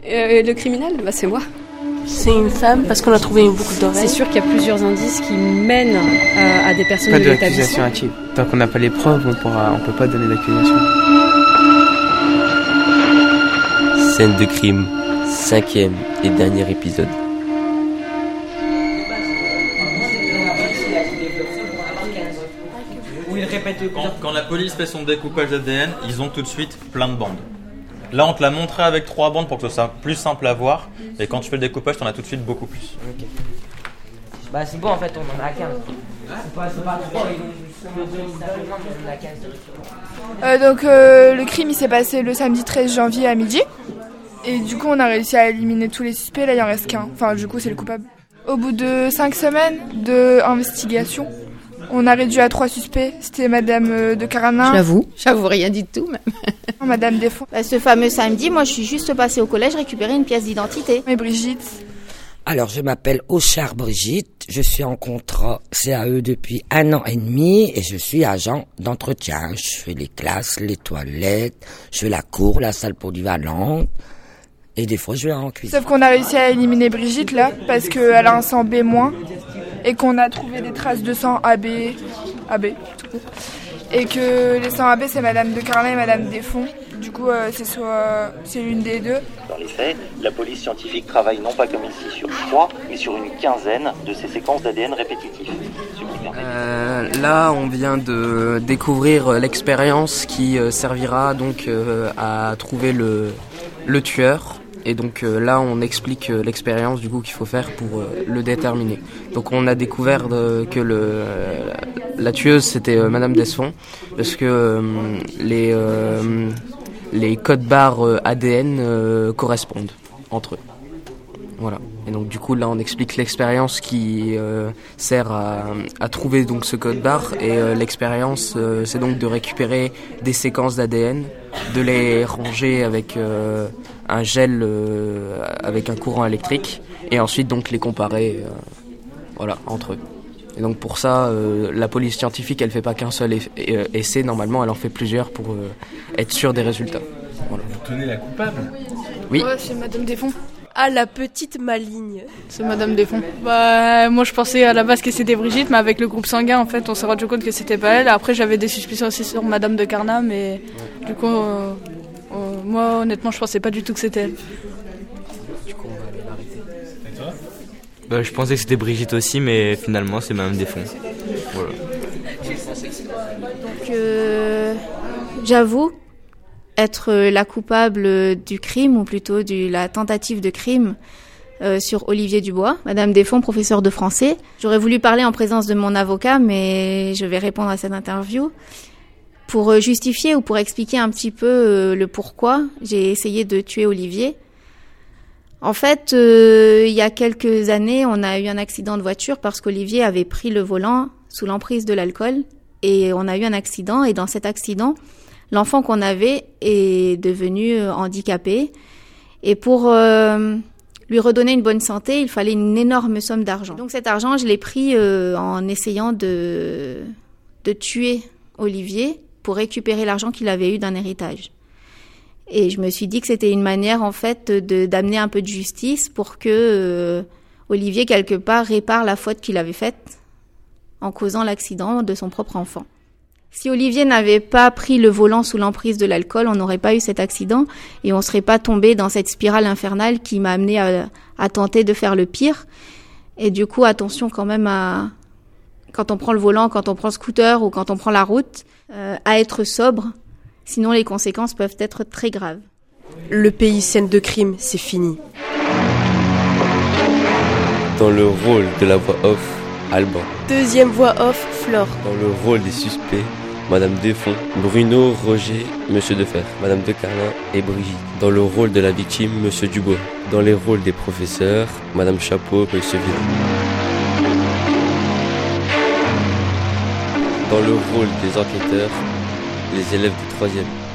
Le criminel, c'est moi. C'est une femme parce qu'on a trouvé une boucle d'oreille. C'est sûr qu'il y a plusieurs indices qui mènent à des personnes de l'établissement. Pas d'accusation active. Tant qu'on n'a pas les preuves, on peut pas donner d'accusation. Scène de crime, 5e et dernier épisode. Quand la police fait son découpage ADN, ils ont tout de suite plein de bandes. Là, on te l'a montré avec 3 bandes pour que ce soit plus simple à voir. Et quand tu fais le découpage, t'en as tout de suite beaucoup plus. Okay. C'est bon, en fait, on en a 15. C'est pas 3, on a 15. Donc, le crime, il s'est passé le samedi 13 janvier à midi. Et du coup, on a réussi à éliminer tous les suspects. Là, il en reste qu'un. Enfin, du coup, c'est le coupable. Au bout de 5 semaines d'investigation, on a réduit à 3 suspects. C'était Madame de Caranin. J'avoue rien du tout même. Madame Desfonds. Ce fameux samedi, moi je suis juste passée au collège récupérer une pièce d'identité. Et Brigitte. Alors je m'appelle Auchard Brigitte, je suis en contrat CAE depuis 1 an et demi et je suis agent d'entretien. Je fais les classes, les toilettes, je fais la cour, la salle polyvalente et des fois je vais en cuisine. Sauf qu'on a réussi à éliminer Brigitte là parce qu'elle a un sang B- et qu'on a trouvé des traces de sang AB tout court. Et que les sangs AB c'est Madame de Carlin et Madame Desfonds. Du coup c'est l'une des deux. Dans les faits, la police scientifique travaille non pas comme ici sur 3, mais sur une quinzaine de ces séquences d'ADN répétitifs. Là, on vient de découvrir l'expérience qui servira donc à trouver le tueur. Et donc là, on explique l'expérience du coup qu'il faut faire pour le déterminer. Donc on a découvert que la tueuse c'était Madame Desfonds parce que les codes barres ADN correspondent entre eux. Voilà. Et donc du coup là on explique l'expérience qui sert à trouver donc ce code barre et l'expérience c'est donc de récupérer des séquences d'ADN, de les ranger avec un gel avec un courant électrique et ensuite donc les comparer entre eux. Et donc pour ça la police scientifique elle fait pas qu'un seul essai, normalement elle en fait plusieurs pour être sûre des résultats. Voilà. Vous tenez la coupable ? Oui. Ouais, c'est Madame Desfonds. Ah, la petite maligne. C'est Madame Desfonds. Moi je pensais à la base que c'était Brigitte, mais avec le groupe sanguin en fait on s'est rendu compte que c'était pas elle. Après j'avais des suspicions aussi sur Madame de Carnat, mais du coup moi honnêtement je pensais pas du tout que c'était elle. Du coup on va aller l'arrêter. Et toi ? Je pensais que c'était Brigitte aussi, mais finalement c'est Madame Desfonds. Voilà. Donc j'avoue être la coupable du crime, ou plutôt de la tentative de crime sur Olivier Dubois. Madame Desfonds, professeure de français. J'aurais voulu parler en présence de mon avocat, mais je vais répondre à cette interview. Pour justifier ou pour expliquer un petit peu le pourquoi j'ai essayé de tuer Olivier. En fait, il y a quelques années, on a eu un accident de voiture parce qu'Olivier avait pris le volant sous l'emprise de l'alcool. Et on a eu un accident, et dans cet accident, l'enfant qu'on avait est devenu handicapé. Et pour lui redonner une bonne santé, il fallait une énorme somme d'argent. Donc cet argent, je l'ai pris en essayant de tuer Olivier pour récupérer l'argent qu'il avait eu d'un héritage. Et je me suis dit que c'était une manière, en fait, d'amener un peu de justice pour que Olivier, quelque part, répare la faute qu'il avait faite en causant l'accident de son propre enfant. Si Olivier n'avait pas pris le volant sous l'emprise de l'alcool, on n'aurait pas eu cet accident et on ne serait pas tombé dans cette spirale infernale qui m'a amené à tenter de faire le pire. Et du coup, attention quand même quand on prend le volant, quand on prend le scooter ou quand on prend la route, à être sobre. Sinon, les conséquences peuvent être très graves. Le pays scène de crime, c'est fini. Dans le rôle de la voix off, Alban. Deuxième voix off, Flore. Dans le rôle des suspects, Madame Desfonds, Bruno, Roger, Monsieur Defer, Madame de Carlin et Brigitte. Dans le rôle de la victime, Monsieur Dubois. Dans les rôles des professeurs, Madame Chapeau, Monsieur Villon. Dans le rôle des enquêteurs, les élèves du 3e.